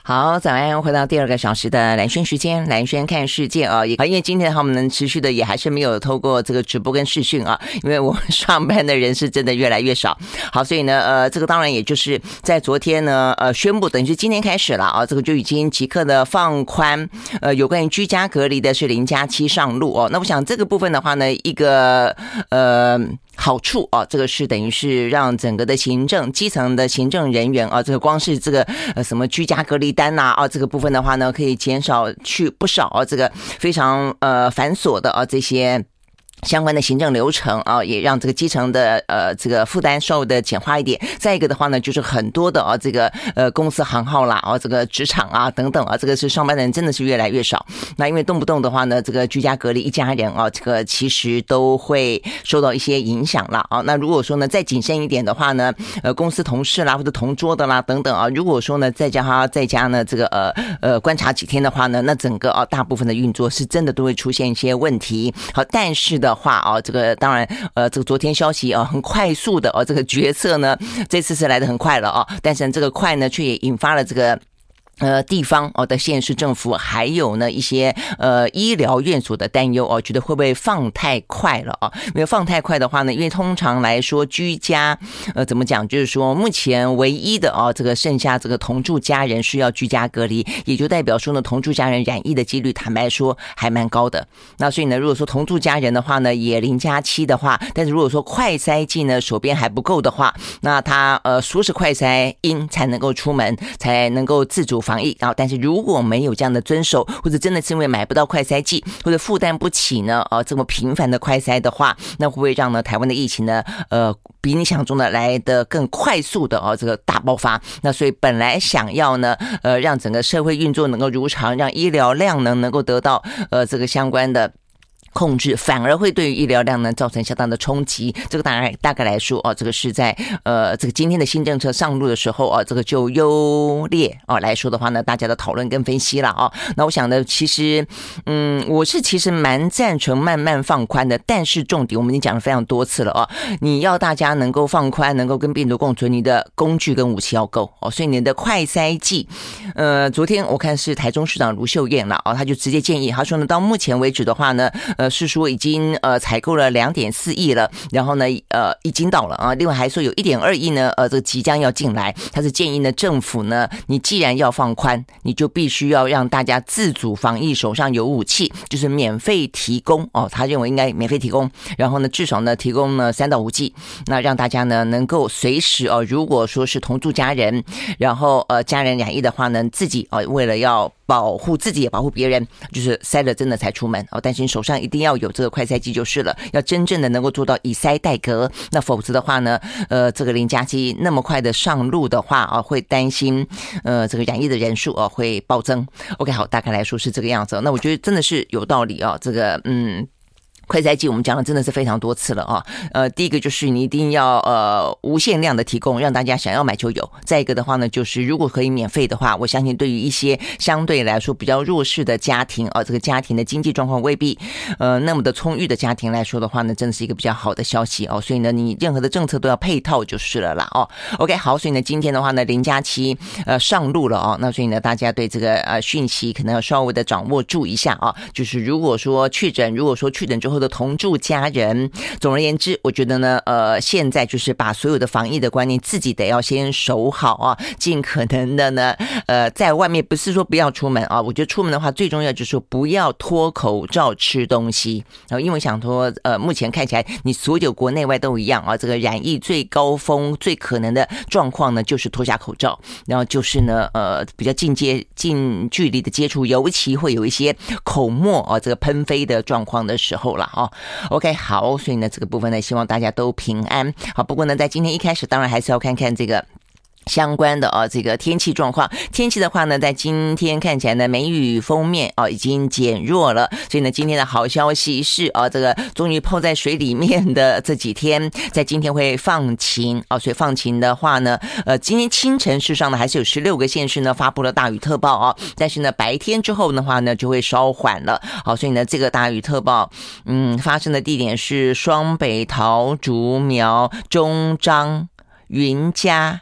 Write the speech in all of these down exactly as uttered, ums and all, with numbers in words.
好，早安，回到第二个小时的蓝轩时间，蓝轩看世界啊，也因为今天的话我们能持续的也还是没有透过这个直播跟视讯啊，因为我们上班的人是真的越来越少。好，所以呢，呃，这个当然也就是在昨天呢，呃，宣布等于是今天开始了啊，这个就已经即刻的放宽，呃，有关于居家隔离的是零加七上路哦。那我想这个部分的话呢，一个呃。好处啊，这个是等于是让整个的行政基层的行政人员啊，这个光是这个呃什么居家隔离单呐啊，这个部分的话呢，可以减少去不少啊，这个非常呃繁琐的啊这些相关的行政流程啊，也让这个基层的呃这个负担稍微的简化一点。再一个的话呢，就是很多的啊这个呃公司行号啦啊，这个职场啊等等啊，这个是上班人真的是越来越少。那因为动不动的话呢，这个居家隔离一家人啊，这个其实都会受到一些影响啦啊。那如果说呢再谨慎一点的话呢，呃公司同事啦或者同桌的啦等等啊，如果说呢再加上在家呢这个呃呃观察几天的话呢，那整个啊大部分的运作是真的都会出现一些问题。好，但是的话啊，这个当然呃这个昨天消息啊很快速的啊这个决策呢这次是来得很快了啊，但是这个快呢却也引发了这个呃，地方哦的县市政府，还有呢一些呃医疗院所的担忧哦，觉得会不会放太快了啊？因为放太快的话呢，因为通常来说居家呃怎么讲，就是说目前唯一的哦这个剩下这个同住家人需要居家隔离，也就代表说呢同住家人染疫的几率坦白说还蛮高的。那所以呢，如果说同住家人的话呢，也零加七的话，但是如果说快筛剂呢手边还不够的话，那他呃说是快筛阴才能够出门，才能够自主防疫，然后但是如果没有这样的遵守，或者真的是因为买不到快筛剂，或者负担不起呢呃这么频繁的快筛的话，那会不会让呢台湾的疫情呢呃比你想象中的来的更快速的哦这个大爆发？那所以本来想要呢呃让整个社会运作能够如常，让医疗量能能够得到呃这个相关的控制，反而会对于医疗量呢造成相当的冲击。这个当然大概来说哦，这个是在呃这个今天的新政策上路的时候哦，这个就优劣哦来说的话呢，大家的讨论跟分析了哦。那我想呢，其实嗯，我是其实蛮赞成慢慢放宽的，但是重点我们已经讲了非常多次了哦，你要大家能够放宽，能够跟病毒共存，你的工具跟武器要够哦。所以你的快筛剂，呃，昨天我看是台中市长卢秀燕了哦，他就直接建议，他说呢，到目前为止的话呢。呃，是说已经呃采购了 两点四亿了，然后呢呃已经到了啊，另外还说有 一点二亿呢呃这个即将要进来。他是建议呢政府呢，你既然要放宽，你就必须要让大家自主防疫，手上有武器，就是免费提供哦，他认为应该免费提供，然后呢至少呢提供呢三到五剂，那让大家呢能够随时哦，如果说是同住家人，然后呃家人染疫的话呢，自己哦为了要保护自己也保护别人，就是筛了真的才出门哦，但是你手上一定要有这个快筛剂就是了，要真正的能够做到以筛代隔，那否则的话呢，呃，这个零加七那么快的上路的话啊，会担心呃这个染疫的人数啊会暴增。OK， 好，大概来说是这个样子。那我觉得真的是有道理啊，这个嗯。快筛剂我们讲的真的是非常多次了啊，呃，第一个就是你一定要呃无限量的提供，让大家想要买就有。再一个的话呢，就是如果可以免费的话，我相信对于一些相对来说比较弱势的家庭啊，这个家庭的经济状况未必呃那么的充裕的家庭来说的话呢，真的是一个比较好的消息哦。所以呢，你任何的政策都要配套就是了啦哦。OK， 好，所以呢，今天的话呢，零加七呃上路了哦，那所以呢，大家对这个呃讯息可能要稍微的掌握住一下啊。就是如果说确诊，如果说确诊之后的同住家人，总而言之，我觉得呢，呃，现在就是把所有的防疫的观念自己得要先守好啊，尽可能的呢，呃，在外面不是说不要出门啊，我觉得出门的话最重要就是说不要脱口罩吃东西，然后因为想说，呃，目前看起来你所有国内外都一样啊，这个染疫最高峰最可能的状况呢，就是脱下口罩，然后就是呢，呃，比较近接近距离的接触，尤其会有一些口沫啊，这个喷飞的状况的时候了啊。OK， 好，所以呢，这个部分呢，希望大家都平安。好，不过呢，在今天一开始，当然还是要看看这个相关的啊，这个天气状况。天气的话呢，在今天看起来呢，梅雨锋面啊已经减弱了，所以呢，今天的好消息是啊，这个终于泡在水里面的这几天，在今天会放晴啊，所以放晴的话呢，呃，今天清晨事实上呢，还是有十六个县市呢发布了大雨特报啊，但是呢，白天之后的话呢，就会稍缓了。好，所以呢，这个大雨特报，嗯，发生的地点是双北、桃竹苗、中彰、云嘉、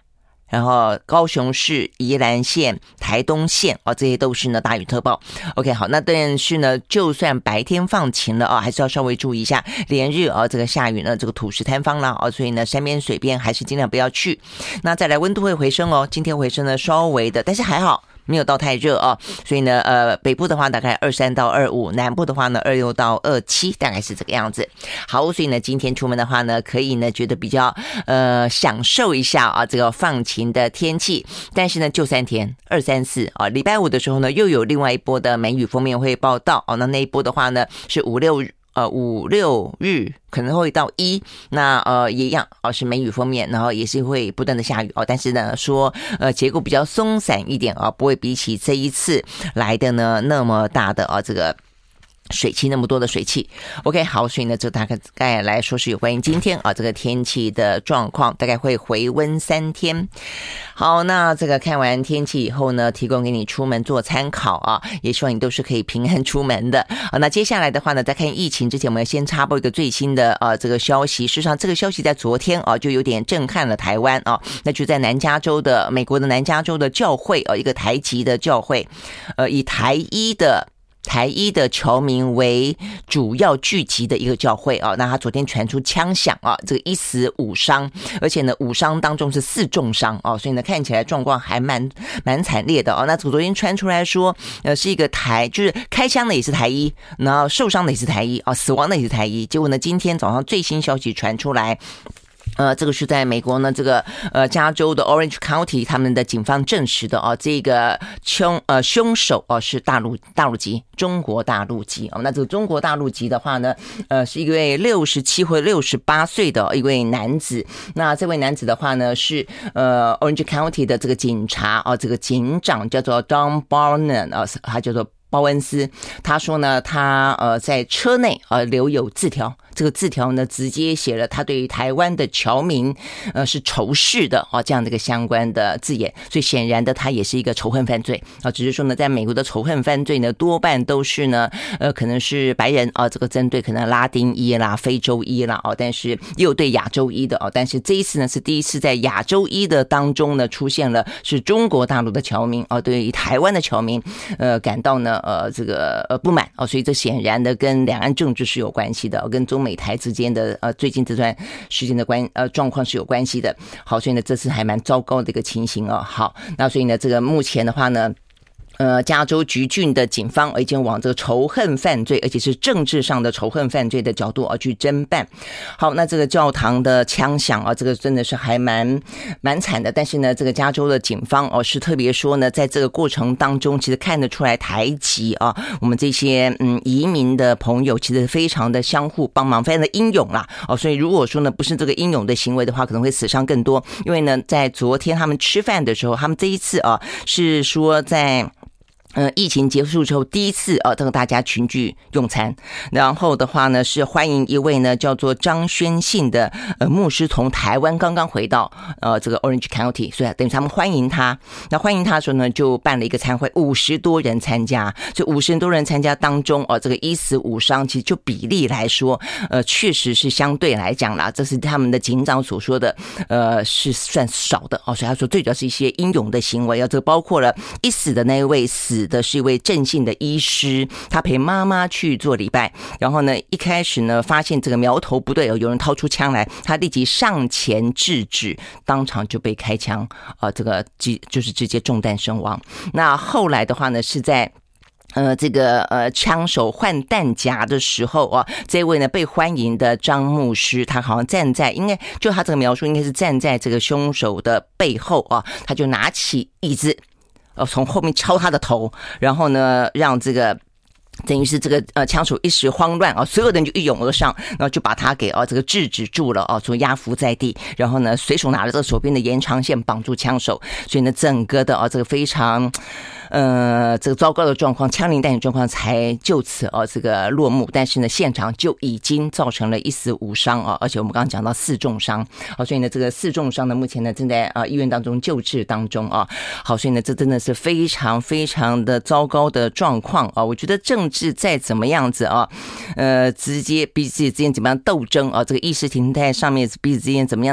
然后高雄市、宜兰县、台东县哦，这些都是呢大雨特报。OK， 好，那但是呢，就算白天放晴了啊，还是要稍微注意一下，连日啊这个下雨呢，这个土石坍方啦啊，所以呢山边水边还是尽量不要去。那再来温度会回升哦，今天回升呢稍微的，但是还好。没有到太热啊，所以呢，呃，北部的话大概二三到二五，南部的话呢二六到二七，大概是这个样子。好，所以呢，今天出门的话呢，可以呢觉得比较呃享受一下啊这个放晴的天气，但是呢就三天，二三四啊，礼拜五的时候呢又有另外一波的梅雨锋面会报道哦，那那一波的话呢是五六日。呃，五六日可能会到一，那呃也一样哦，是梅雨锋面，然后也是会不断的下雨哦。但是呢，说呃结构比较松散一点啊、哦，不会比起这一次来的呢那么大的啊、哦、这个。水汽那么多的水汽 ，OK， 好，所以呢，这大概来说是有关于今天啊这个天气的状况，大概会回温三天。好，那这个看完天气以后呢，提供给你出门做参考啊，也希望你都是可以平安出门的。好，那接下来的话呢，在看疫情之前，我们要先插播一个最新的呃这个消息。事实上，这个消息在昨天啊就有点震撼了台湾啊，那就在南加州的美国的南加州的教会啊，一个台籍的教会，呃，以台一的。台一的侨民为主要聚集的一个教会啊，那他昨天传出枪响啊，这个一死五伤，而且呢五伤当中是四重伤啊，所以呢看起来状况还蛮蛮惨烈的啊。那昨天传出来说，呃是一个台，就是开枪的也是台一，然后受伤的也是台一啊，死亡的也是台一。结果呢今天早上最新消息传出来。呃，这个是在美国呢，这个呃加州的 Orange County 他们的警方证实的哦，这个凶呃凶手哦是大陆大陆籍，中国大陆籍哦。那这个中国大陆籍的话呢，呃是一位六十七或六十八岁的一位男子。那这位男子的话呢是呃 Orange County 的这个警察哦，这个警长叫做 Don Barnum 啊，他叫做鲍恩斯。他说呢，他呃在车内呃留有字条。这个字条呢，直接写了他对于台湾的侨民，呃，是仇视的啊、哦，这样的一个相关的字眼。所以显然的，他也是一个仇恨犯罪啊。只是说呢，在美国的仇恨犯罪呢，多半都是呢，呃，可能是白人啊，这个针对可能拉丁裔啦、非洲裔啦哦，但是也有对亚洲裔的哦。但是这一次呢，是第一次在亚洲裔的当中呢，出现了是中国大陆的侨民啊，对于台湾的侨民，呃，感到呢，呃，这个呃不满哦。所以这显然的跟两岸政治是有关系的，跟中美。美台之间的呃最近这段时间的关呃状况是有关系的。好，所以呢这次还蛮糟糕的一个情形哦。好，那所以呢这个目前的话呢。呃，加州橘郡的警方已经往这个仇恨犯罪，而且是政治上的仇恨犯罪的角度而去侦办。好，那这个教堂的枪响啊，这个真的是还蛮蛮惨的。但是呢，这个加州的警方哦是特别说呢，在这个过程当中，其实看得出来台籍啊，我们这些嗯移民的朋友其实非常的相互帮忙，非常的英勇啦。哦，所以如果说呢不是这个英勇的行为的话，可能会死伤更多。因为呢，在昨天他们吃饭的时候，他们这一次啊是说在。呃，疫情结束之后第一次呃，跟大家群聚用餐，然后的话呢是欢迎一位呢叫做张宣信的呃牧师从台湾刚刚回到呃这个 Orange County， 所以等于他们欢迎他。那欢迎他的时候呢，就办了一个餐会，五十多人参加，就五十多人参加当中哦、呃，这个一死五伤，其实就比例来说，呃，确实是相对来讲啦，这是他们的警长所说的，呃，是算少的哦。所以他说最主要是一些英勇的行为，啊，这个包括了一死的那一位死。的是一位正信的医师，他陪妈妈去做礼拜，然后呢一开始呢发现这个苗头不对，有人掏出枪来，他立即上前制止，当场就被开枪，呃，这个就是直接中弹身亡。那后来的话呢是在呃，这个呃，枪手换弹夹的时候啊，这位呢被欢迎的张牧师，他好像站在，应该就他这个描述，应该是站在这个凶手的背后啊，他就拿起椅子。呃，从后面敲他的头，然后呢，让这个等于是这个呃枪手一时慌乱啊，所有人就一涌而上，然后就把他给啊这个制止住了啊，所以压服在地，然后呢，随手拿了这个手边的延长线绑住枪手，所以呢，整个的啊这个非常。呃，这个糟糕的状况，枪林弹雨状况才就此哦，这个落幕。但是呢，现场就已经造成了一死五伤啊，而且我们刚刚讲到四重伤，好，所以呢，这个四重伤呢，目前呢正在啊医院当中救治当中啊。好，所以呢，这真的是非常非常的糟糕的状况啊。我觉得政治再怎么样子啊，呃，直接彼此之间怎么样斗争啊，这个意识形态上面彼此之间怎么样的。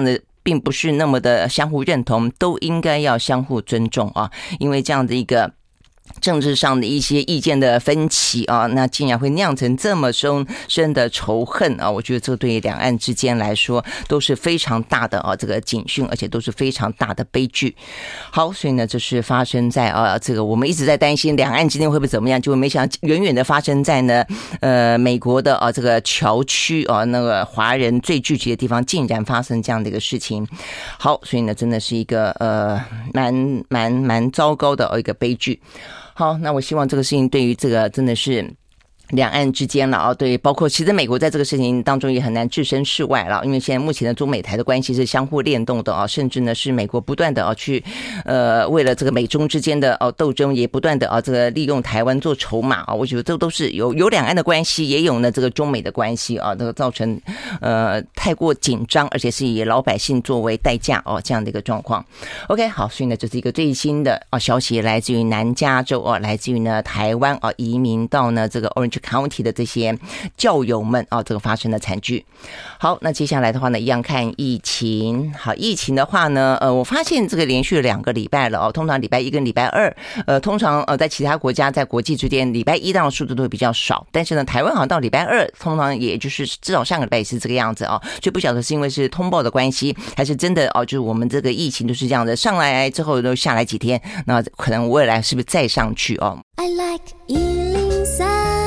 并不是那么的相互认同，都应该要相互尊重啊，因为这样的一个政治上的一些意见的分歧啊，那竟然会酿成这么深深的仇恨啊！我觉得这对两岸之间来说都是非常大的啊这个警讯，而且都是非常大的悲剧。好，所以呢，这是发生在啊这个我们一直在担心两岸之间会不会怎么样，结果没想到远远的发生在呢呃美国的啊这个侨区啊那个华人最聚集的地方，竟然发生这样的一个事情。好，所以呢，真的是一个呃蛮蛮蛮糟糕的一个悲剧。好，那我希望这个事情对于这个真的是两岸之间了啊，对，包括其实美国在这个事情当中也很难置身事外了，因为现在目前的中美台的关系是相互联动的啊，甚至呢是美国不断的啊去呃为了这个美中之间的哦、啊、斗争，也不断的啊这个利用台湾做筹码啊，我觉得这都是有有两岸的关系，也有呢这个中美的关系啊，这个造成呃太过紧张，而且是以老百姓作为代价哦、啊、这样的一个状况。OK， 好，所以呢这是一个最新的啊消息，来自于南加州啊，来自于呢台湾啊移民到呢这个 Orange County 的这些教友们啊，这个发生的惨剧。好，那接下来的话呢，一样看疫情。好，疫情的话呢，呃，我发现这个连续两个礼拜了哦，通常礼拜一跟礼拜二，呃，通常呃在其他国家在国际之间，礼拜一当然数字都会比较少，但是呢，台湾好像到礼拜二，通常也就是至少上个礼拜也是这个样子啊，所以不晓得是因为是通报的关系，还是真的哦，就是我们这个疫情就是这样的，上来之后都下来几天，那可能未来是不是再上去哦？ I like 一零三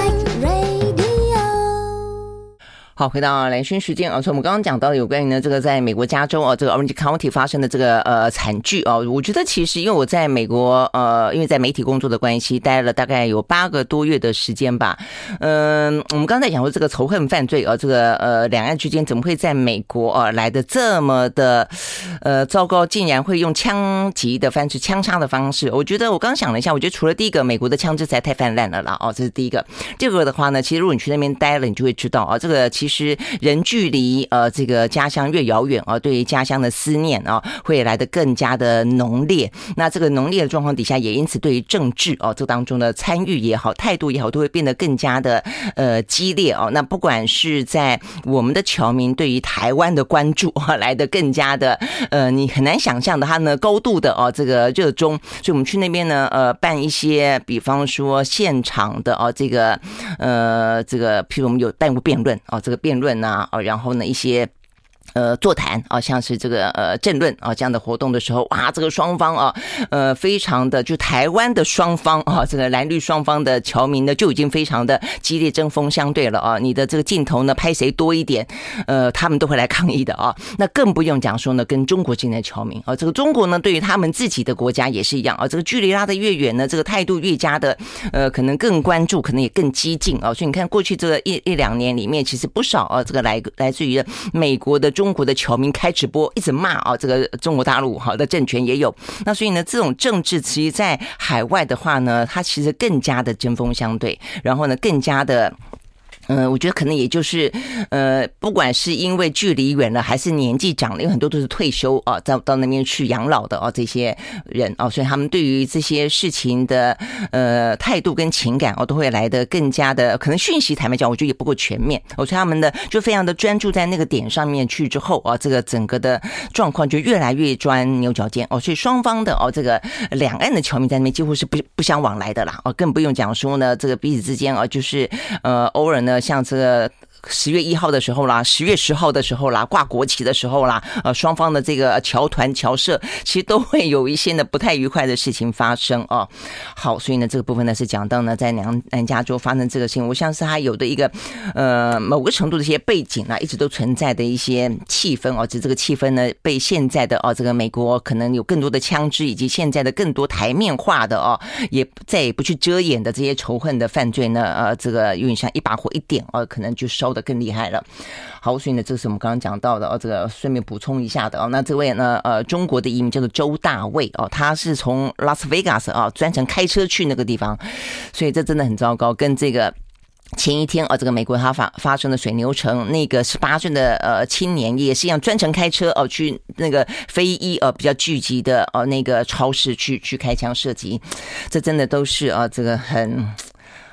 好，回到蓝轩时间啊，所以我们刚刚讲到有关于呢这个在美国加州啊这个 Orange County 发生的这个呃惨剧啊，我觉得其实因为我在美国呃因为在媒体工作的关系，待了大概有八个多月的时间吧。嗯、呃，我们刚才讲说这个仇恨犯罪啊，这个呃两岸之间怎么会在美国啊来的这么的呃糟糕，竟然会用枪击的方式、枪杀的方式。我觉得我刚想了一下，我觉得除了第一个，美国的枪支实在太泛滥了啦，哦，这是第一个。第二个的话呢，其实如果你去那边待了，你就会知道啊，这个其实。其实人距离呃这个家乡越遥远啊，对于家乡的思念啊会来得更加的浓烈。那这个浓烈的状况底下，也因此对于政治啊这当中的参与也好、态度也好，都会变得更加的呃激烈啊。那不管是在我们的侨民对于台湾的关注啊，来得更加的呃你很难想象的，他呢高度的啊这个热衷。所以我们去那边呢呃办一些，比方说现场的啊这个呃这个，譬如我们有办过辩论啊这个。辩论啊，然后呢一些呃座谈啊，像是这个呃政论啊这样的活动的时候，哇，这个双方啊，呃非常的就台湾的双方啊，这个蓝绿双方的侨民呢就已经非常的激烈针锋相对了啊。你的这个镜头呢拍谁多一点，呃他们都会来抗议的啊。那更不用讲说呢跟中国之间的侨民啊，这个中国呢对于他们自己的国家也是一样啊，这个距离拉得越远呢，这个态度越加的呃可能更关注，可能也更激进啊。所以你看过去这个一一两年里面，其实不少啊这个来来自于美国的中。中国的侨民开直播一直骂啊，这个中国大陆好的政权也有。那所以呢，这种政治其实在海外的话呢，它其实更加的针锋相对，然后呢更加的嗯、呃，我觉得可能也就是，呃，不管是因为距离远了，还是年纪长了，因为很多都是退休啊，到到那边去养老的啊，这些人啊，所以他们对于这些事情的呃态度跟情感哦、啊，都会来得更加的，可能讯息坦白讲，我觉得也不够全面。我所以他们的就非常的专注在那个点上面去之后啊，这个整个的状况就越来越钻牛角尖哦，所以双方的哦、啊，这个两岸的侨民在那边几乎是不不相往来的啦，哦、啊，更不用讲说呢，这个彼此之间啊，就是呃偶尔呢。像这个十月一号的时候啦，十月十号的时候啦，挂国旗的时候啦，呃，双方的这个侨团侨社其实都会有一些呢不太愉快的事情发生哦。好，所以呢这个部分呢是讲到呢在南南加州发生这个事情，我像是它有的一个呃某个程度的一些背景啊，一直都存在的一些气氛哦，只这个气氛呢被现在的哦这个美国可能有更多的枪支，以及现在的更多台面化的哦，也再也不去遮掩的这些仇恨的犯罪呢，呃，这个有点像一把火一点哦，可能就烧得更厉害了。好，所以呢，这是我们刚刚讲到的哦，这个顺便补充一下的哦。那这位呢，呃，中国的移民叫做周大卫哦，他是从拉斯维加斯啊专程开车去那个地方，所以这真的很糟糕。跟这个前一天啊，这个美国他发发生的水牛城那个十八岁的呃青年也是一样，专程开车哦、呃、去那个非裔呃比较聚集的呃那个超市去去开枪射击，这真的都是啊、呃、这个很。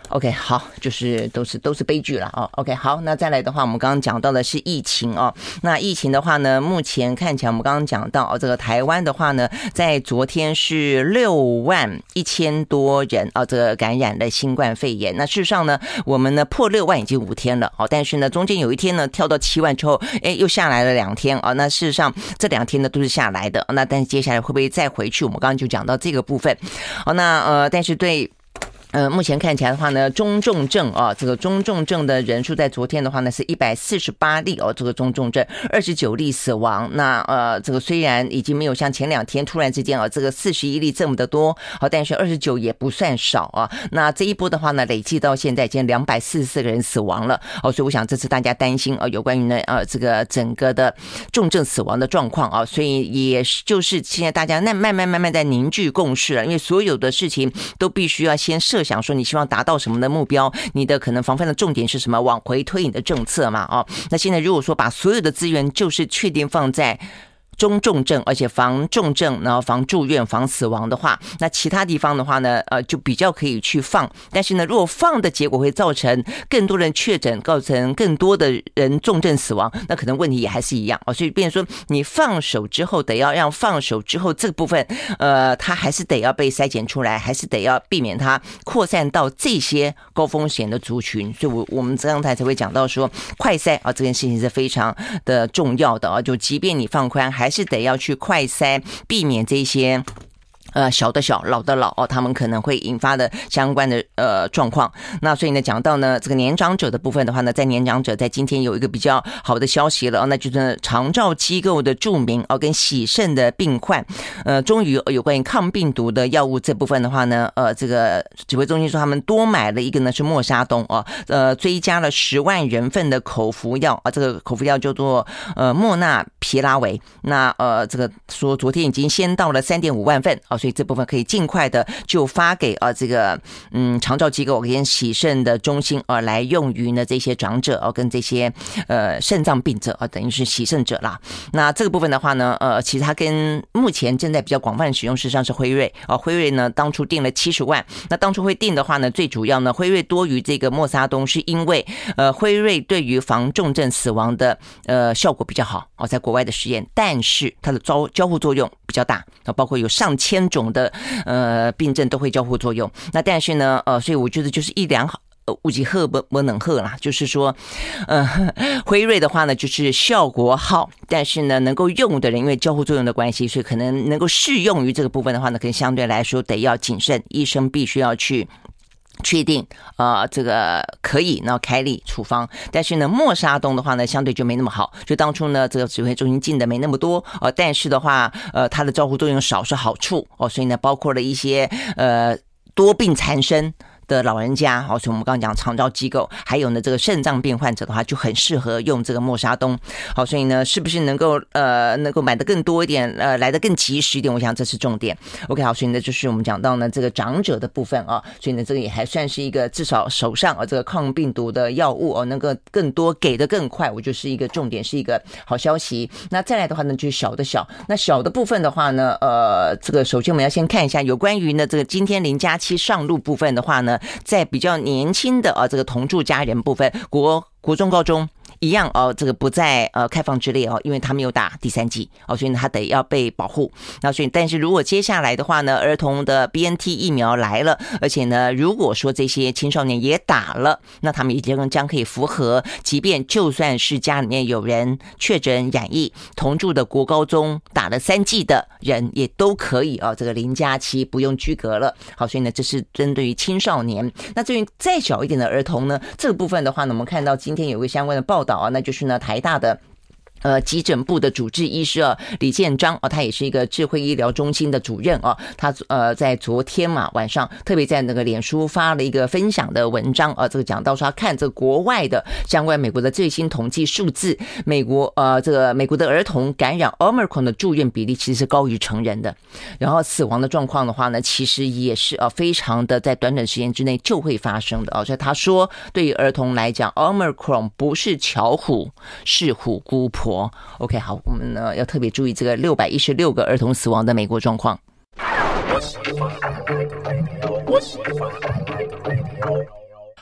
OK， 好，就是都是都是悲剧了哦。OK， 好，那再来的话，我们刚刚讲到的是疫情哦。那疫情的话呢，目前看起来我们刚刚讲到哦，这个台湾的话呢，在昨天是六万一千多人哦，这个感染了新冠肺炎。那事实上呢，我们呢破六万已经五天了哦，但是呢，中间有一天呢跳到七万之后，哎，又下来了两天哦。那事实上这两天呢都是下来的，那但是接下来会不会再回去？我们刚刚就讲到这个部分哦。那呃，但是对。呃，目前看起来的话呢，中重症啊，这个中重症的人数在昨天的话呢是一百四十八例哦，这个中重症二十九例死亡。那呃，这个虽然已经没有像前两天突然之间啊，这个四十一例这么的多，好，但是二十九也不算少啊。那这一波的话呢，累计到现在已经两百四十四个人死亡了哦，所以我想这次大家担心啊，有关于呢呃这个整个的重症死亡的状况啊，所以也就是现在大家那慢慢慢慢在凝聚共识了，因为所有的事情都必须要先设想说你希望达到什么的目标，你的可能防范的重点是什么，往回推你的政策嘛，哦，那现在如果说把所有的资源就是确定放在中重症，而且防重症，然后防住院、防死亡的话，那其他地方的话呢，呃，就比较可以去放。但是呢，如果放的结果会造成更多人确诊，造成更多的人重症死亡，那可能问题也还是一样啊。所以，变成说你放手之后，得要让放手之后这个部分，呃，它还是得要被筛检出来，还是得要避免它扩散到这些高风险的族群。所以我，我我们刚才才会讲到说，快筛啊，这件事情是非常的重要的啊。就即便你放宽，还还是得要去快筛，避免这些呃小的小老的老哦，他们可能会引发的相关的呃状况。那所以呢，讲到呢这个年长者的部分的话呢，在年长者在今天有一个比较好的消息了哦，那就是长照机构的著名哦跟洗肾的病患，呃，终于有关于抗病毒的药物这部分的话呢，呃，这个指挥中心说他们多买了一个呢是默沙东哦，呃，追加了十万人份的口服药啊，这个口服药叫做呃莫纳皮拉韦。那呃，这个说昨天已经先到了三点五万份啊，所以这部分可以尽快的就发给啊这个嗯长照机构跟洗肾的中心啊来用于呢这些长者啊跟这些呃肾脏病者啊，等于是洗肾者啦。那这个部分的话呢，呃，其实它跟目前正在比较广泛使用，事实上是辉瑞啊，辉瑞呢当初定了七十万，那当初会定的话呢，最主要呢辉瑞多于这个默沙东，是因为呃辉瑞对于防重症死亡的呃效果比较好哦，在国外的实验。但是它的交交互作用比较大，包括有上千种的呃病症都会交互作用。那但是呢，呃，所以我觉得就是一两好。呃，物极赫不不能赫啦，就是说，呃，辉瑞的话呢，就是效果好，但是呢，能够用的人因为交互作用的关系，所以可能能够适用于这个部分的话呢，可能相对来说得要谨慎，医生必须要去确定呃这个可以然后开立处方。但是呢默沙东的话呢相对就没那么好，就当初呢这个指挥中心进的没那么多呃但是的话呃它的照顾作用少是好处哦，所以呢包括了一些呃多病缠身的老人家，好，所以我们刚刚讲长照机构，还有呢这个肾脏病患者的话，就很适合用这个默沙东。好，所以呢，是不是能够呃能够买得更多一点，呃来得更及时一点？我想这是重点。OK， 好，所以呢就是我们讲到呢这个长者的部分啊，所以呢这个也还算是一个至少手上啊这个抗病毒的药物哦，能够更多给得更快，我觉得是一个重点，是一个好消息。那再来的话呢，就是小的小，那小的部分的话呢，呃，这个首先我们要先看一下有关于呢这个今天零加七上路部分的话呢。在比较年轻的啊这个同住家人部分，国国中高中一样哦，这个不在呃开放之列哦，因为他没有打第三剂哦，所以他得要被保护。那所以，但是如果接下来的话呢，儿童的 B N T 疫苗来了，而且呢，如果说这些青少年也打了，那他们已经将可以符合，即便就算是家里面有人确诊染疫，同住的国高中打了三剂的人也都可以哦，这个零加七不用居隔了。好，所以呢，这是针对于青少年。那至于再小一点的儿童呢，这个部分的话呢，我们看到今天有一个相关的报道啊，那就是呢台大的呃，急诊部的主治医师啊，李建章哦，他也是一个智慧医疗中心的主任哦。他呃在昨天嘛晚上，特别在那个脸书发了一个分享的文章啊，这个讲到说他看这个国外的相关美国的最新统计数字，美国呃这个美国的儿童感染 Omicron 的住院比例其实是高于成人的，然后死亡的状况的话呢，其实也是呃非常的在短短时间之内就会发生的哦。所以他说，对于儿童来讲 ，Omicron 不是巧虎，是虎姑婆。OK， 好，我们呢要特别注意这个六百一十六个儿童死亡的美国状况。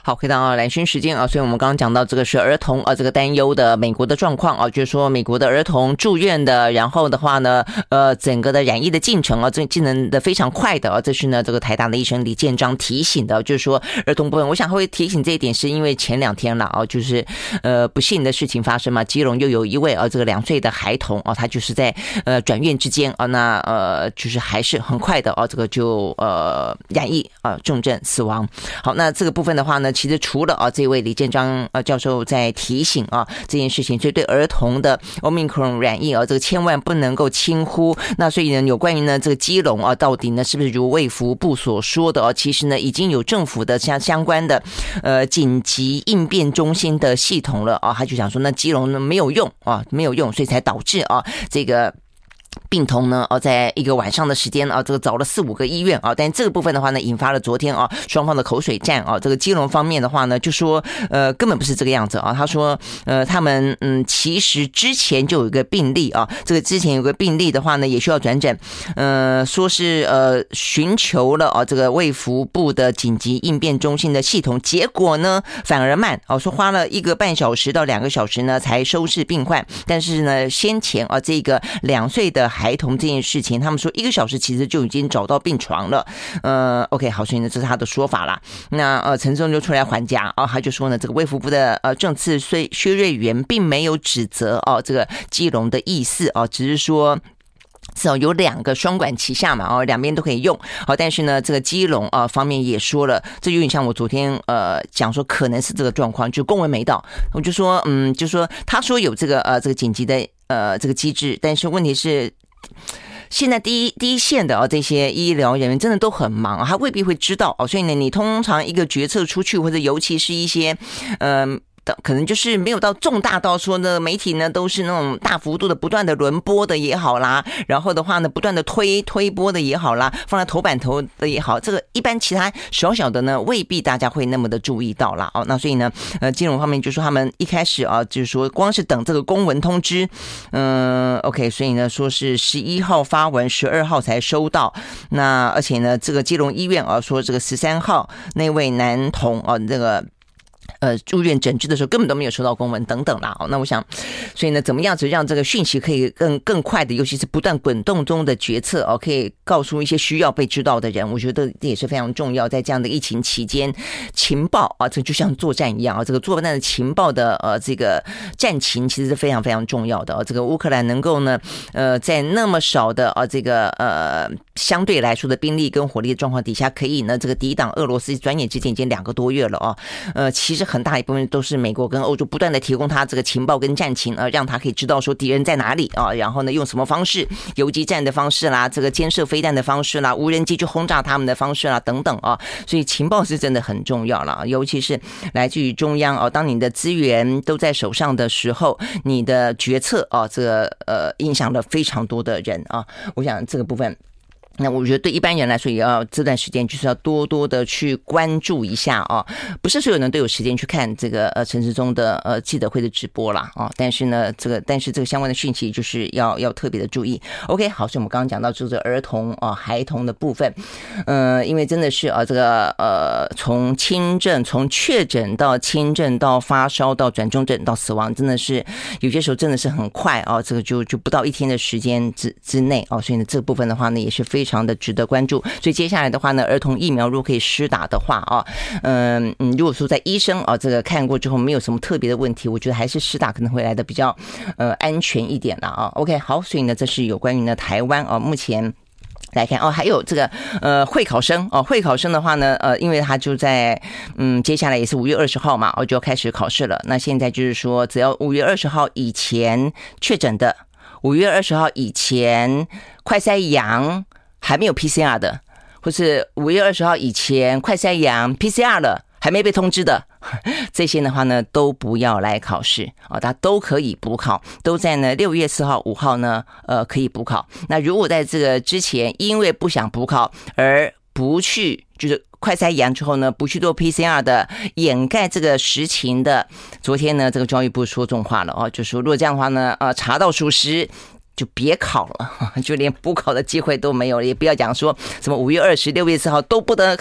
好，回到蓝轩时间啊，所以我们刚刚讲到这个是儿童啊，这个担忧的美国的状况啊，就是说美国的儿童住院的，然后的话呢，呃，整个的染疫的进程啊，这进程的非常快的啊，这是呢这个台大的医生李建章提醒的，就是说儿童部分，我想他会提醒这一点，是因为前两天了啊，就是呃不幸的事情发生嘛，基隆又有一位啊这个两岁的孩童啊，他就是在呃转院之间啊，那呃就是还是很快的啊，这个就呃染疫啊重症死亡。好，那这个部分的话呢，其实除了啊这位李建章呃教授在提醒啊这件事情，所以对儿童的 Omicron 染疫啊这个千万不能够轻忽。那所以呢，有关于呢这个基隆啊到底呢是不是如卫福部所说的啊，其实呢已经有政府的相相关的呃紧急应变中心的系统了啊，他就想说那基隆呢没有用啊没有用，所以才导致啊这个病童呢，哦，在一个晚上的时间啊，这个找了四五个医院啊，但这个部分的话呢，引发了昨天啊双方的口水战啊。这个基隆方面的话呢，就说呃根本不是这个样子啊。他说呃他们嗯其实之前就有一个病例啊，这个之前有个病例的话呢，也需要转诊，呃说是呃寻求了啊这个卫福部的紧急应变中心的系统，结果呢反而慢哦，说花了一个半小时到两个小时呢才收治病患，但是呢先前啊这个两岁的孩童这件事情，他们说一个小时其实就已经找到病床了。呃 ，OK， 好，所以呢这是他的说法啦。那呃陈时中就出来还价啊，他就说呢这个卫福部的呃政次薛薛瑞元并没有指责哦、啊、这个基隆的意思啊，只是说。至少有两个双管齐下嘛，哦，两边都可以用。好，但是呢，这个基隆啊方面也说了，这有点像我昨天呃讲说可能是这个状况，就公文没到，我就说嗯，就说他说有这个呃这个紧急的呃这个机制，但是问题是。现在第一第一线的哦，这些医疗人员真的都很忙，他未必会知道哦，所以呢，你通常一个决策出去，或者尤其是一些嗯。呃可能就是没有到重大到说呢，媒体呢都是那种大幅度的不断的轮播的也好啦，然后的话呢不断的推推播的也好啦，放在头版头的也好，这个一般其他小小的呢未必大家会那么的注意到啦。哦，那所以呢，呃，金融方面就说他们一开始啊，就是说光是等这个公文通知，嗯、呃、，OK， 所以呢说是十一号发文，十二号才收到。那而且呢，这个基隆医院啊说这个十三号那位男童啊，这个。呃，住院诊治的时候根本都没有收到公文等等啦。哦，那我想，所以呢，怎么样子让这个讯息可以更更快的，尤其是不断滚动中的决策哦，可以告诉一些需要被知道的人，我觉得这也是非常重要。在这样的疫情期间，情报啊，这就像作战一样啊，这个作战的情报的呃这个战情其实是非常非常重要的啊。这个乌克兰能够呢，呃，在那么少的啊这个呃相对来说的兵力跟火力的状况底下，可以呢这个抵挡俄罗斯，转眼之间已经两个多月了啊。呃，其实很大一部分都是美国跟欧洲不断的提供他这个情报跟战情啊，让他可以知道说敌人在哪里啊，然后呢用什么方式，游击战的方式啦，这个监射飞弹的方式啦，无人机去轰炸他们的方式啦等等啊，所以情报是真的很重要了，尤其是来自于中央啊，当你的资源都在手上的时候，你的决策啊，这个呃影响了非常多的人啊，我想这个部分。那我觉得对一般人来说，也要这段时间就是要多多的去关注一下啊，不是所有人都有时间去看这个呃陈时中的呃记者会的直播啦啊，但是呢，这个但是这个相关的讯息就是要要特别的注意。OK， 好，所以我们刚刚讲到就是儿童啊孩童的部分，呃，因为真的是啊这个呃从轻症从确诊到轻症到发烧到转重症到死亡，真的是有些时候真的是很快啊，这个就就不到一天的时间之之内啊，所以呢这个部分的话呢也是非常。非常的值得关注，所以接下来的话呢，儿童疫苗如果可以施打的话啊，嗯嗯，如果说在医生啊这个看过之后没有什么特别的问题，我觉得还是施打可能会来的比较呃安全一点了啊。OK， 好，所以呢，这是有关于呢台湾啊目前。来看哦，还有这个呃会考生哦，会考生的话呢，呃，因为他就在嗯接下来也是五月二十号嘛，哦就要开始考试了。那现在就是说，只要五月二十号以前确诊的，五月二十号以前快筛阳。还没有 P C R 的，或是五月二十号以前快筛阳 P C R 了还没被通知的，这些的话呢都不要来考试啊，大家都可以补考，都在呢六月四号、五号呢呃可以补考。那如果在这个之前因为不想补考而不去，就是快筛阳之后呢不去做 P C R 的，掩盖这个实情的，昨天呢这个教育部说重话了哦，就说如果这样的话呢，呃查到属实。就别考了，就连补考的机会都没有了，也不要讲说什么五月二十、六月四号都不得考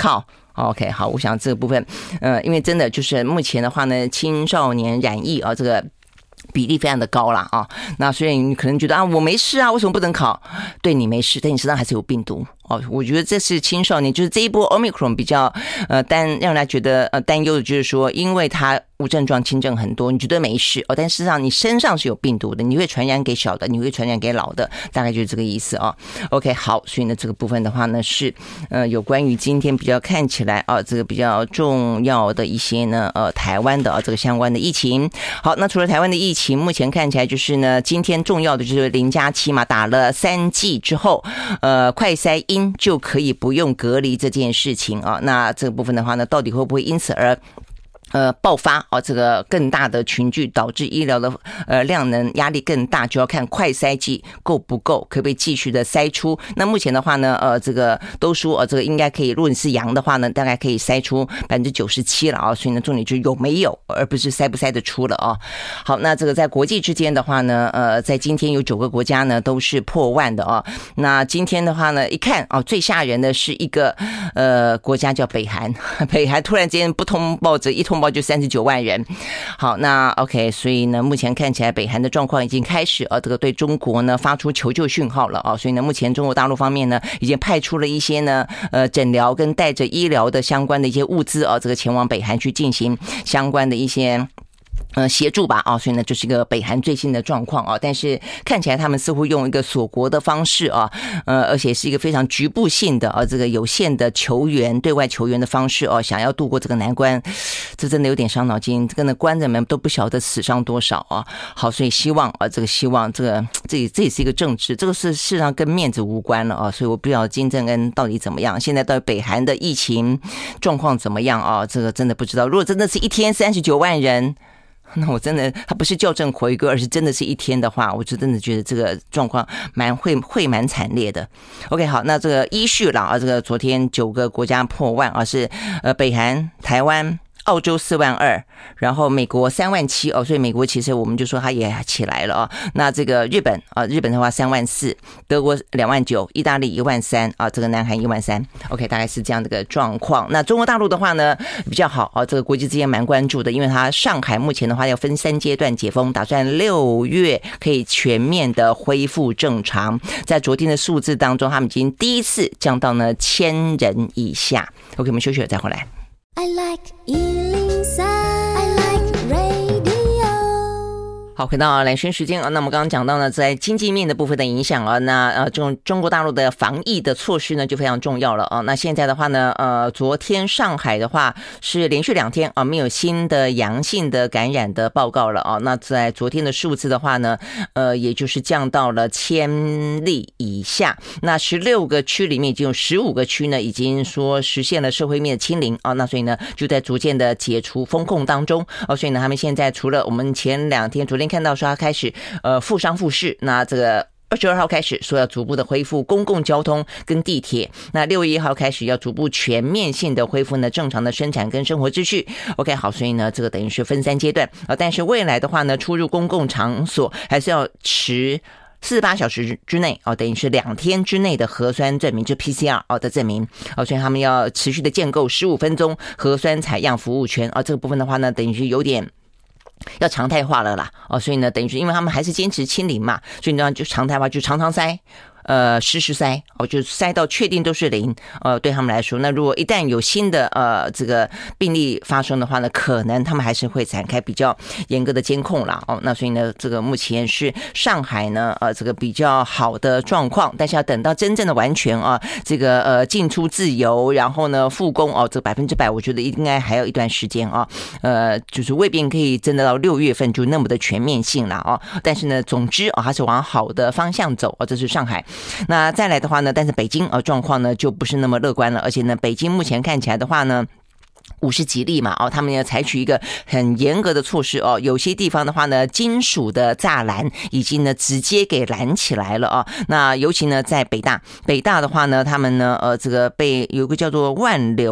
OK， 好，我想这个部分，呃，因为真的就是目前的话呢，青少年染疫啊，这个比例非常的高啦啊。那虽然你可能觉得啊，我没事啊，为什么不能考？对，你没事，但你身上还是有病毒。哦，我觉得这是青少年，就是这一波 Omicron 比较呃担让人家觉得呃担忧的，就是说，因为它无症状轻症很多，你觉得没事哦，但事实上你身上是有病毒的，你会传染给小的，你会传染给老的，大概就是这个意思啊。OK， 好，所以呢这个部分的话呢是呃有关于今天比较看起来啊这个比较重要的一些呢呃台湾的啊这个相关的疫情。好，那除了台湾的疫情，目前看起来就是呢今天重要的就是零加七嘛，打了三剂之后，呃快筛阴就可以不用隔离这件事情啊，那这个部分的话呢，到底会不会因此而呃爆发哦，这个更大的群聚，导致医疗的呃量能压力更大，就要看快筛剂够不够，可不可以继续的筛出。那目前的话呢，呃，这个都说呃，这个应该可以，如果你是阳的话呢，大概可以筛出百分之九十七了啊。所以呢，重点就是有没有，而不是筛不筛得出了啊。好，那这个在国际之间的话呢，呃，在今天有九个国家呢都是破万的啊。那今天的话呢，一看啊，最吓人的是一个呃国家叫北韩，北韩突然间不通报着一通。就三十九万人。好，那 OK， 所以呢，目前看起来北韩的状况已经开始呃，这个对中国呢发出求救讯号了啊。所以呢，目前中国大陆方面呢，已经派出了一些呢呃诊疗跟带着医疗的相关的一些物资啊，这个前往北韩去进行相关的一些。呃，协助吧啊，所以呢，就是一个北韩最新的状况啊。但是看起来他们似乎用一个锁国的方式啊，呃，而且是一个非常局部性的啊，这个有限的球员对外球员的方式哦，想要度过这个难关，这真的有点伤脑筋。这个呢，关着们都不晓得死伤多少啊。好，所以希望啊，这个希望这个这这也是一个政治，这个是事实上跟面子无关了啊。所以我不知道金正恩到底怎么样，现在到底北韩的疫情状况怎么样啊？这个真的不知道。如果真的是一天三十九万人。那我真的，他不是校正回归，而是真的是一天的话，我就真的觉得这个状况蛮会会蛮惨烈的。OK， 好，那这个依序了啊，这个昨天九个国家破万啊，是呃北韩、台湾。澳洲四万二，然后美国三万七哦，所以美国其实我们就说它也起来了啊。那这个日本啊，日本的话三万四，德国两万九，意大利一万三啊，这个南韩一万三。OK， 大概是这样的一个状况。那中国大陆的话呢比较好啊，这个国际之间蛮关注的，因为它上海目前的话要分三阶段解封，打算六月可以全面的恢复正常。在昨天的数字当中，他们已经第一次降到呢千人以下。OK， 我们休息了再回来。 I like 一零三 I like radio。 好，回到蓝轩时间啊，那我们刚刚讲到呢，在经济面的部分的影响啊，那呃中中国大陆的防疫的措施呢就非常重要了啊。那现在的话呢，呃，昨天上海的话是连续两天啊没有新的阳性的感染的报告了啊。那在昨天的数字的话呢，呃，也就是降到了千例以下。那十六个区里面已经有十五个区呢，已经说实现了社会面的清零啊。那所以呢，就在逐渐的解除封控当中哦。所以呢，他们现在除了我们前两天昨天看到说他开始呃复商复市，那这个二十二号开始说要逐步的恢复公共交通跟地铁，那六月一号开始要逐步全面性的恢复呢正常的生产跟生活秩序。 OK， 好，所以呢这个等于是分三阶段啊。但是未来的话呢，出入公共场所还是要持四十八小时之内哦，等于是两天之内的核酸证明，就 P C R 哦的证明哦，所以他们要持续的建构十五分钟核酸采样服务圈哦。这个部分的话呢，等于是有点要常态化了啦哦，所以呢，等于是因为他们还是坚持清零嘛，所以呢就常态化，就常常塞。呃，实时筛哦，就筛到确定都是零，呃，对他们来说，那如果一旦有新的呃这个病例发生的话呢，可能他们还是会展开比较严格的监控啦哦。那所以呢，这个目前是上海呢呃这个比较好的状况，但是要等到真正的完全啊，这个呃进出自由，然后呢复工哦，这百分之百，我觉得应该还有一段时间啊，呃，就是未必可以真的到六月份就那么的全面性啦哦。但是呢，总之啊、哦，还是往好的方向走哦，这是上海。那再来的话呢，但是北京呃状况呢就不是那么乐观了，而且呢，北京目前看起来的话呢，五十几例嘛，哦，他们要采取一个很严格的措施哦。有些地方的话呢，金属的栅栏已经呢直接给拦起来了哦。那尤其呢在北大，北大的话呢，他们呢呃这个被有个叫做万柳。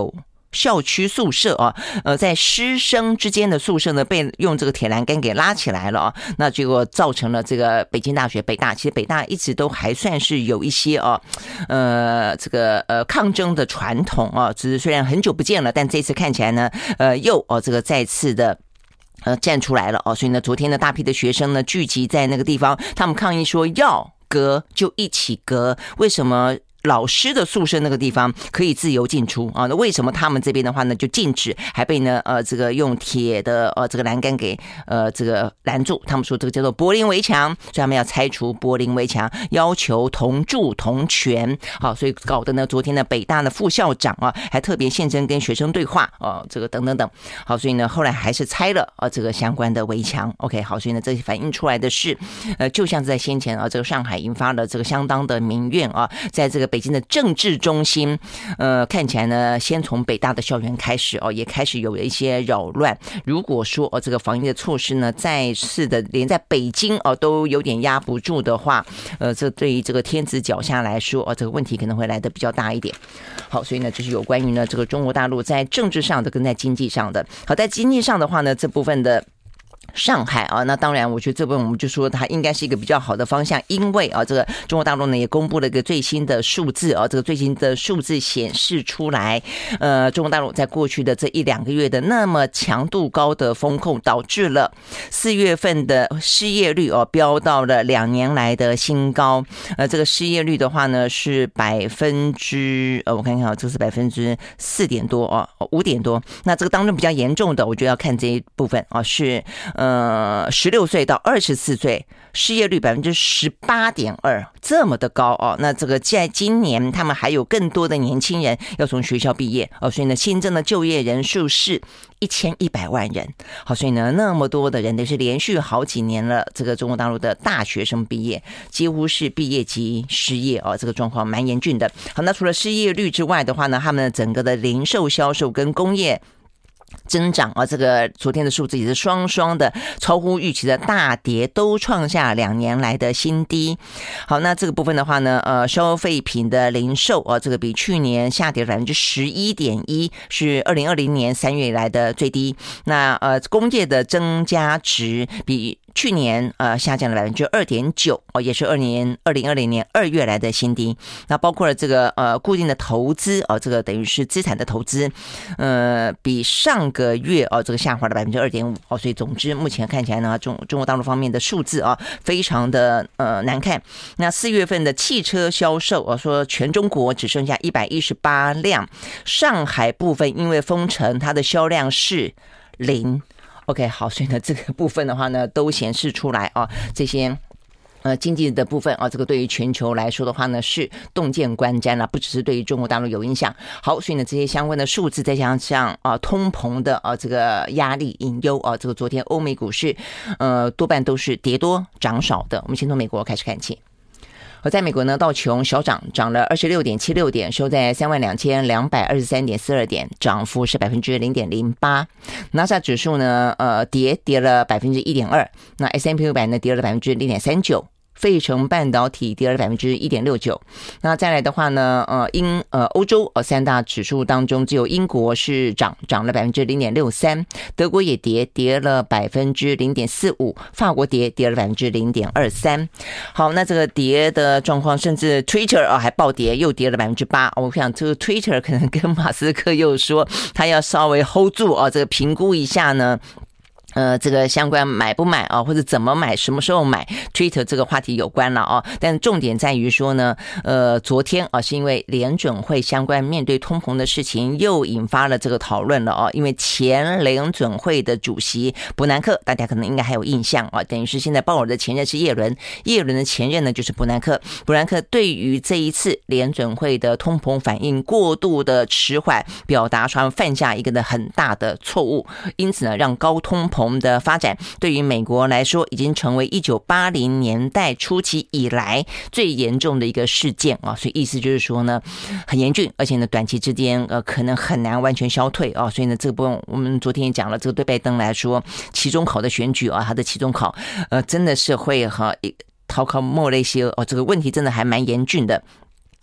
校区宿舍啊，呃，在师生之间的宿舍呢，被用这个铁栏杆给拉起来了啊，那结果造成了这个北京大学北大，其实北大一直都还算是有一些啊，呃，这个呃抗争的传统啊，只是虽然很久不见了，但这次看起来呢，呃，又哦这个再次的。呃，站出来了哦，所以呢，昨天呢，大批的学生呢聚集在那个地方，他们抗议说要隔就一起隔，为什么？老师的宿舍那个地方可以自由进出啊，那为什么他们这边的话呢就禁止，还被呢呃这个用铁的呃这个栏杆给呃这个拦住？他们说这个叫做柏林围墙，所以他们要拆除柏林围墙，要求同住同权。好，所以搞得呢昨天呢北大的副校长啊还特别现身跟学生对话啊，这个等等等。好，所以呢后来还是拆了啊这个相关的围墙。OK， 好，所以呢这反映出来的是呃就像是在先前啊这个上海引发了这个相当的民怨啊，在这个北京的政治中心，呃，看起来呢，先从北大的校园开始哦，也开始有了一些扰乱。如果说哦，这个防疫的措施呢，再次的连在北京哦都有点压不住的话，呃，这对于这个天子脚下来说，哦，这个问题可能会来得比较大一点。好，所以呢，这是有关于呢这个中国大陆在政治上的跟在经济上的。好，在经济上的话呢，这部分的。上海啊，那当然，我觉得这部分我们就说它应该是一个比较好的方向，因为啊，这个中国大陆呢也公布了一个最新的数字啊，这个最新的数字显示出来，呃，中国大陆在过去的这一两个月的那么强度高的风控，导致了四月份的失业率哦飙到了两年来的新高，呃，这个失业率的话呢是百分之呃，我看看啊，这是百分之四点多哦，五点多，那这个当中比较严重的，我就要看这一部分啊是。呃，十六岁到二十四岁，失业率百分之十八点二，这么的高哦。那这个在今年，他们还有更多的年轻人要从学校毕业哦，所以呢，新增的就业人数是一千一百万人。好，所以呢，那么多的人，都是连续好几年了，这个中国大陆的大学生毕业，几乎是毕业即失业哦，这个状况蛮严峻的。好，那除了失业率之外的话呢，他们整个的零售销售跟工业。增长啊，这个昨天的数字也是双双的超乎预期的大跌，都创下两年来的新低。好，那这个部分的话呢，呃，消费品的零售啊，这个比去年下跌百分之十一点一，是二零二零年三月以来的最低。那呃，工业的增加值比。去年呃下降了百分之二点九哦，也是二年二零二零年二月来的新低。那包括了这个呃固定的投资哦，这个等于是资产的投资，呃比上个月哦这个下滑了百分之二点五哦，所以总之目前看起来呢，中中国大陆方面的数字啊非常的呃难看。那四月份的汽车销售哦，说全中国只剩下一百一十八辆，上海部分因为封城，它的销量是零。OK， 好，所以呢，这个部分的话呢，都显示出来啊，这些呃经济的部分啊，这个对于全球来说的话呢，是洞见观瞻了，不只是对于中国大陆有影响。好，所以呢，这些相关的数字再加上啊通膨的啊这个压力隐忧啊，这个昨天欧美股市呃多半都是跌多涨少的。我们先从美国开始看起。而在美国呢，道琼小涨，涨了二十六点七六点，收在三万两千两百二十三点四二点，涨幅是百分之零点零八。纳斯达克指数呢，呃，跌跌了百分之一点二。那 S and P 五百呢，跌了百分之零点三九。费城半导体跌了百分之一点六九。那再来的话呢，呃，英呃欧洲呃三大指数当中，只有英国是涨，涨了百分之零点六三，德国也跌，跌了百分之零点四五，法国跌，跌了百分之零点二三。好，那这个跌的状况，甚至 Twitter 啊、哦、还暴跌，又跌了百分之八。我想这个 Twitter 可能跟马斯克又说，他要稍微 hold 住啊、哦，这个评估一下呢。呃，这个相关买不买啊，或者怎么买，什么时候买 Twitter 这个话题有关了啊。但重点在于说呢，呃，昨天啊，是因为联准会相关面对通膨的事情又引发了这个讨论了啊。因为前联准会的主席伯南克，大家可能应该还有印象啊，等于是现在鲍尔的前任是耶伦，耶伦的前任呢就是伯南克。伯南克对于这一次联准会的通膨反应过度的迟缓，表达说犯下一个的很大的错误，因此呢，让高通膨的发展对于美国来说已经成为一九八零年代初期以来最严重的一个事件啊，所以意思就是说呢，很严峻，而且呢，短期之间呃可能很难完全消退啊，所以呢，这个部分我们昨天也讲了，这个对拜登来说，期中考的选举啊，他的期中考呃真的是会哈讨考莫雷西哦，这个问题真的还蛮严峻的。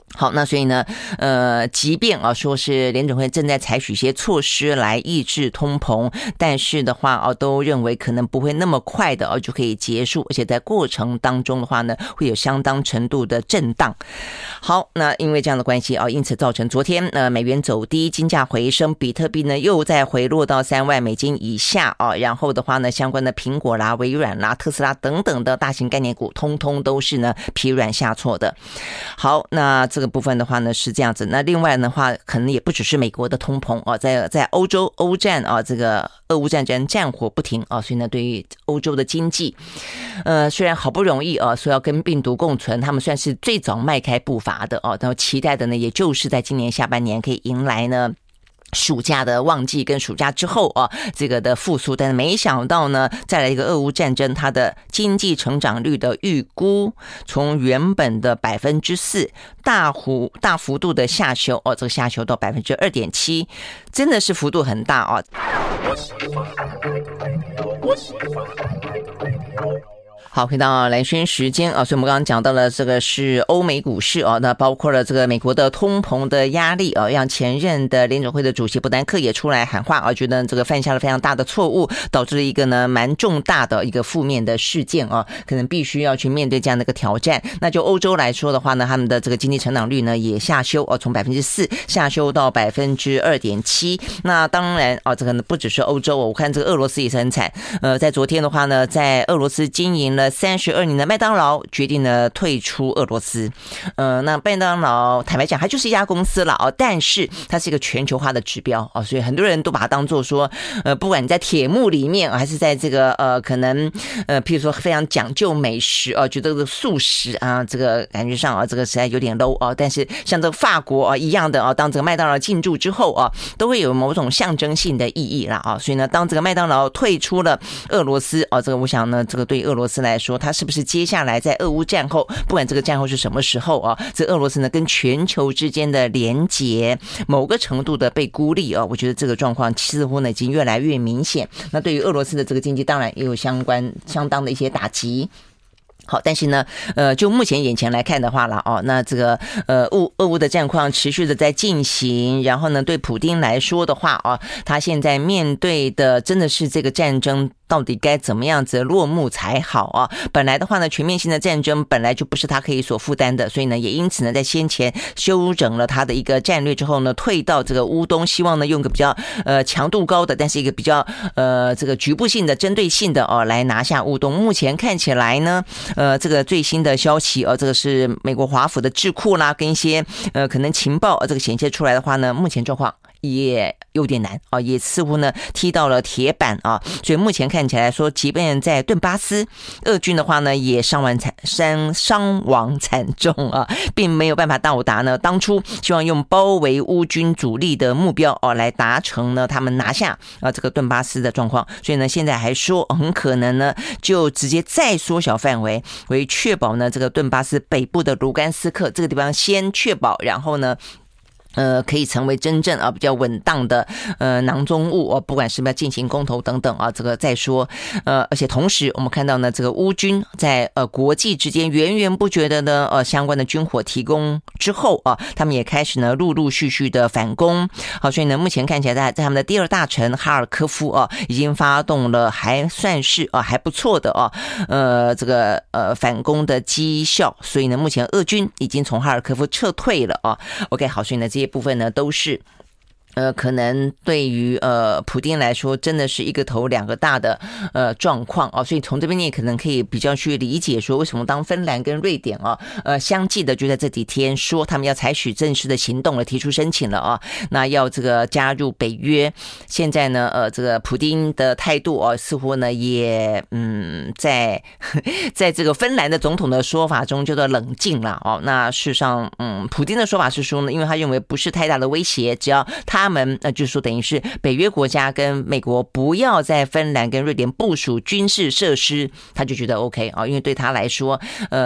好，那所以呢，呃，即便啊说是联准会正在采取一些措施来抑制通膨，但是的话啊，都认为可能不会那么快的啊就可以结束，而且在过程当中的话呢，会有相当程度的震荡。好，那因为这样的关系啊，因此造成昨天呃美元走低，金价回升，比特币呢又再回落到三万美金以下啊，然后的话呢，相关的苹果啦、微软啦、特斯拉等等的大型概念股，通通都是呢疲软下挫的。好，那这个部分的话呢是这样子，那另外的话可能也不只是美国的通膨啊，在在欧洲欧战啊，这个俄乌战争战火不停啊，所以呢对于欧洲的经济，呃虽然好不容易啊说要跟病毒共存，他们算是最早迈开步伐的啊，然后期待的呢也就是在今年下半年可以迎来呢暑假的旺季跟暑假之后啊，这个的复苏，但是没想到呢，再来一个俄乌战争，它的经济成长率的预估从原本的百分之四大幅大幅度的下修哦，这个下修到百分之二点七，真的是幅度很大哦。好，回到蓝轩时间啊，所以我们刚刚讲到了这个是欧美股市啊，那包括了这个美国的通膨的压力啊，让前任的联准会的主席伯南克也出来喊话啊，觉得这个犯下了非常大的错误，导致了一个呢蛮重大的一个负面的事件啊，可能必须要去面对这样的一个挑战。那就欧洲来说的话呢，他们的这个经济成长率呢也下修啊，从百分之四下修到百分之二点七。那当然啊，这个呢不只是欧洲，我看这个俄罗斯也是很惨。呃，在昨天的话呢，在俄罗斯经营了三十二年的麦当劳决定呢退出俄罗斯。呃，那麦当劳坦白讲，它就是一家公司了哦，但是它是一个全球化的指标哦，所以很多人都把它当作说，呃，不管你在铁幕里面，还是在这个呃可能呃，譬如说非常讲究美食哦，觉得这个素食啊，这个感觉上啊，这个实在有点 low 哦。但是像这个法国啊一样的啊，当这个麦当劳进驻之后啊，都会有某种象征性的意义啦啊。所以呢，当这个麦当劳退出了俄罗斯哦，这个我想呢，这个对俄罗斯来说，它是不是接下来在俄乌战后，不管这个战后是什么时候啊，这俄罗斯呢跟全球之间的连结某个程度的被孤立啊，我觉得这个状况似乎呢已经越来越明显。那对于俄罗斯的这个经济，当然也有相关相当的一些打击。好，但是呢，呃，就目前眼前来看的话啦，哦，那这个呃，俄俄乌的战况持续的在进行，然后呢，对普丁来说的话，哦，他现在面对的真的是这个战争到底该怎么样子落幕才好啊？本来的话呢，全面性的战争本来就不是他可以所负担的，所以呢，也因此呢，在先前修整了他的一个战略之后呢，退到这个乌东，希望呢用个比较呃强度高的，但是一个比较呃这个局部性的、针对性的哦来拿下乌东。目前看起来呢。呃，这个最新的消息哦，这个是美国华府的智库啦，跟一些呃可能情报这个显现出来的话呢，目前状况也有点难啊，也似乎呢踢到了铁板啊，所以目前看起来说，即便在顿巴斯，俄军的话呢也伤亡惨伤伤亡惨重啊，并没有办法到达呢当初希望用包围乌军主力的目标哦来达成呢他们拿下啊这个顿巴斯的状况，所以呢现在还说很可能呢就直接再缩小范围，为确保呢这个顿巴斯北部的卢甘斯克这个地方先确保，然后呢。呃，可以成为真正啊比较稳当的呃囊中物哦，不管是不是要进行公投等等啊，这个再说。呃，而且同时我们看到呢，这个乌军在呃国际之间源源不绝的呢呃相关的军火提供之后啊，他们也开始呢陆陆续续的反攻。好，所以呢目前看起来在在他们的第二大城哈尔科夫啊，已经发动了还算是啊还不错的啊呃这个呃反攻的绩效，所以呢目前俄军已经从哈尔科夫撤退了啊。OK， 好，所以呢这些部分呢都是呃，可能对于呃普丁来说，真的是一个头两个大的呃状况啊，所以从这边你也可能可以比较去理解说，为什么当芬兰跟瑞典啊呃相继的就在这几天说他们要采取正式的行动了，提出申请了啊，那要这个加入北约。现在呢呃这个普丁的态度啊，似乎呢也嗯在在这个芬兰的总统的说法中叫做冷静了哦。那事实上嗯普丁的说法是说呢，因为他认为不是太大的威胁，只要他。他们呃，就是说，等于是北约国家跟美国不要在芬兰跟瑞典部署军事设施，他就觉得 OK 啊，因为对他来说，呃。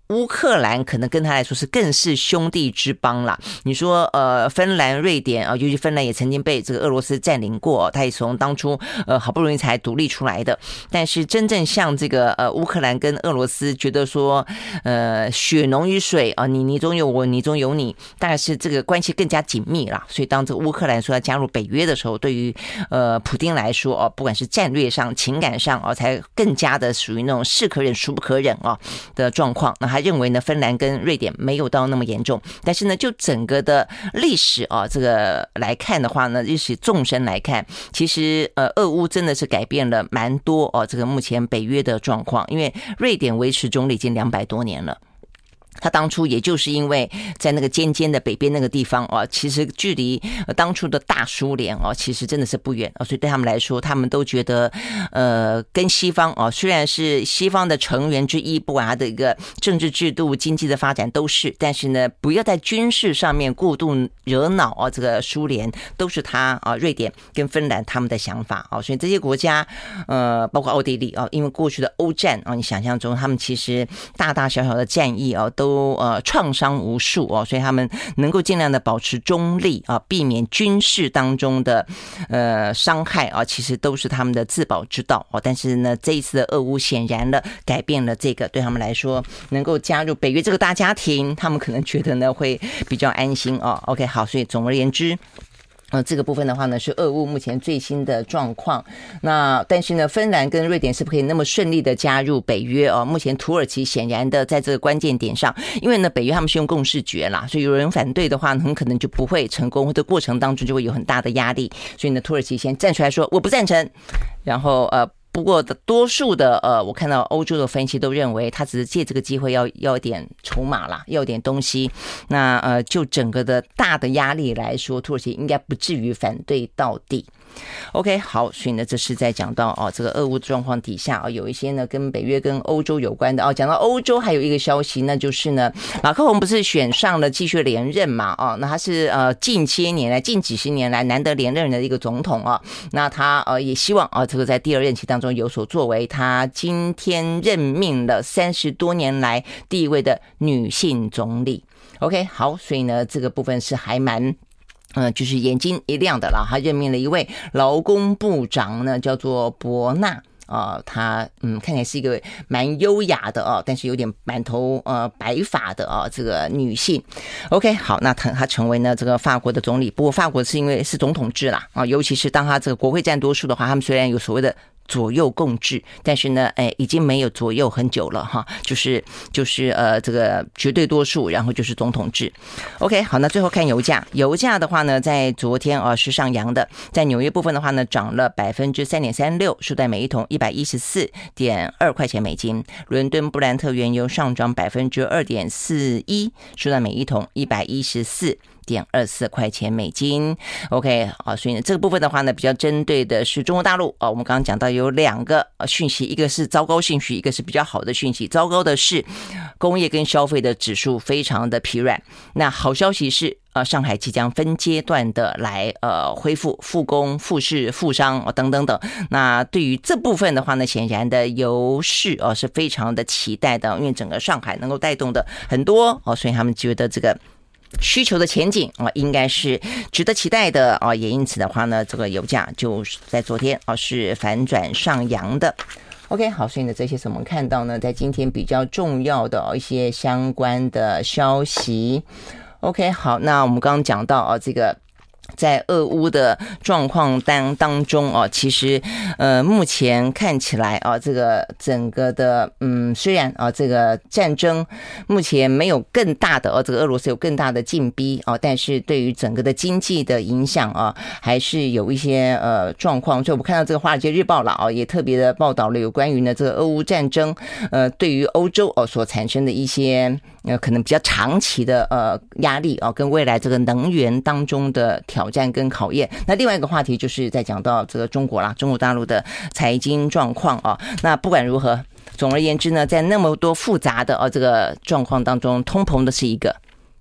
乌克兰可能跟他来说是更是兄弟之邦啦。你说呃，芬兰、瑞典啊，尤其芬兰也曾经被这个俄罗斯占领过，他也从当初呃好不容易才独立出来的。但是真正像这个呃乌克兰跟俄罗斯觉得说呃血浓于水啊，你你中有我，你中有你，大概是这个关系更加紧密啦。所以当这个乌克兰说要加入北约的时候，对于呃普丁来说哦，不管是战略上、情感上哦，才更加的属于那种是可忍孰不可忍哦的状况。那他认为呢，芬兰跟瑞典没有到那么严重，但是呢，就整个的历史啊这个来看的话呢，历史纵深来看，其实呃俄乌真的是改变了蛮多哦，这个目前北约的状况，因为瑞典维持中立已经两百多年了。他当初也就是因为在那个尖尖的北边那个地方哦，其实距离当初的大苏联哦，其实真的是不远哦，所以对他们来说，他们都觉得呃，跟西方哦，虽然是西方的成员之一，不管他的一个政治制度、经济的发展都是，但是呢，不要在军事上面过度惹恼哦，这个苏联都是他啊，瑞典跟芬兰他们的想法哦，所以这些国家呃，包括奥地利哦，因为过去的欧战哦，你想象中他们其实大大小小的战役哦，都都呃创伤无数哦，所以他们能够尽量的保持中立啊，避免军事当中的呃伤害啊，其实都是他们的自保之道哦。但是呢，这一次的俄乌显然了改变了这个，对他们来说能够加入北约这个大家庭，他们可能觉得呢会比较安心哦。OK， 好，所以总而言之。呃，这个部分的话呢，是俄乌目前最新的状况。那但是呢，芬兰跟瑞典是不是可以那么顺利的加入北约哦？目前土耳其显然的在这个关键点上，因为呢，北约他们是用共识决啦，所以有人反对的话，很可能就不会成功，或者过程当中就会有很大的压力。所以呢，土耳其先站出来说我不赞成，然后呃。不过的多数的呃，我看到欧洲的分析都认为，他只是借这个机会要要点筹码啦，要点东西。那呃，就整个的大的压力来说，土耳其应该不至于反对到底。OK， 好，所以呢，这是在讲到哦，这个俄乌状况底下啊、哦，有一些呢跟北约跟欧洲有关的哦。讲到欧洲，还有一个消息，那就是呢，马克宏不是选上了继续连任嘛？哦，那他是呃近些年来、近几十年来难得连任的一个总统啊、哦。那他呃也希望啊、哦，这个在第二任期当中有所作为。他今天任命了三十多年来第一位的女性总理。OK， 好，所以呢，这个部分是还蛮。嗯，就是眼睛一亮的了，他任命了一位劳工部长呢，叫做伯纳。啊、呃，她嗯看起来是一个蛮优雅的哦，但是有点满头呃白发的哦，这个女性。OK， 好，那她她成为呢这个法国的总理。不过法国是因为是总统制啦啊，尤其是当她这个国会占多数的话，他们虽然有所谓的左右共治，但是呢，哎，已经没有左右很久了哈，就是就是呃这个绝对多数，然后就是总统制。OK， 好，那最后看油价，油价的话呢，在昨天啊、呃、是上扬的，在纽约部分的话呢，涨了百分之三点三六，收在每一桶一百一十四点二块钱美金。伦敦布兰特原油上涨百分之二点四一，收在每一桶一百一十四点二四块钱美金。 OK 啊，所以呢这个部分的话呢，比较针对的是中国大陆啊。我们刚刚讲到有两个讯息，一个是糟糕讯息，一个是比较好的讯息。糟糕的是工业跟消费的指数非常的疲软，那好消息是呃，上海即将分阶段的来呃恢复复工、复市、复商、哦、等等等。那对于这部分的话呢，显然的油市哦是非常的期待的，因为整个上海能够带动的很多哦，所以他们觉得这个需求的前景啊，应该是值得期待的啊，也因此的话呢，这个油价就在昨天啊是反转上扬的。OK， 好，所以呢，这些是我们看到呢，在今天比较重要的、哦、一些相关的消息。OK， 好，那我们刚刚讲到啊，这个。在俄乌的状况当当中哦，其实呃目前看起来啊，这个整个的嗯，虽然啊这个战争目前没有更大的哦，这个俄罗斯有更大的进逼啊，但是对于整个的经济的影响啊，还是有一些呃状况。所以我们看到这个《华尔街日报》了啊，也特别的报道了有关于呢这个俄乌战争呃对于欧洲哦所产生的一些呃可能比较长期的呃压力啊，跟未来这个能源当中的挑战跟考验。那另外一个话题就是在讲到这个中国啦，中国大陆的财经状况啊。那不管如何，总而言之呢，在那么多复杂的哦这个状况当中，通膨的是一个，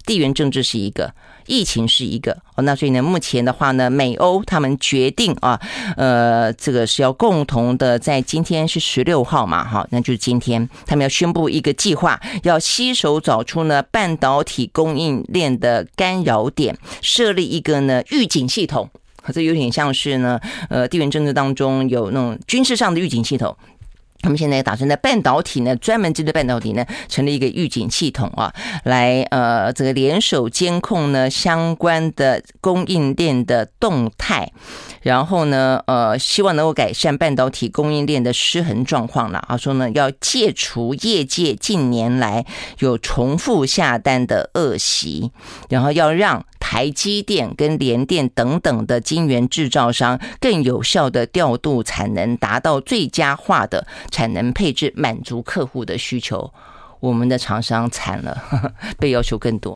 地缘政治是一个，疫情是一个哦，那所以呢，目前的话呢，美欧他们决定啊，呃，这个是要共同的在今天是十六号嘛，哈，那就是今天他们要宣布一个计划，要携手找出呢半导体供应链的干扰点，设立一个呢预警系统。这有点像是呢，呃，地缘政治当中有那种军事上的预警系统。他们现在打算在半导体呢，专门针对半导体呢，成立一个预警系统啊，来呃这个联手监控呢相关的供应链的动态，然后呢呃希望能够改善半导体供应链的失衡状况了啊，说呢要戒除业界近年来有重复下单的恶习，然后要让台积电跟联电等等的晶圆制造商更有效的调度产能，达到最佳化的产能配置，满足客户的需求。我们的厂商惨了，呵呵，被要求更多。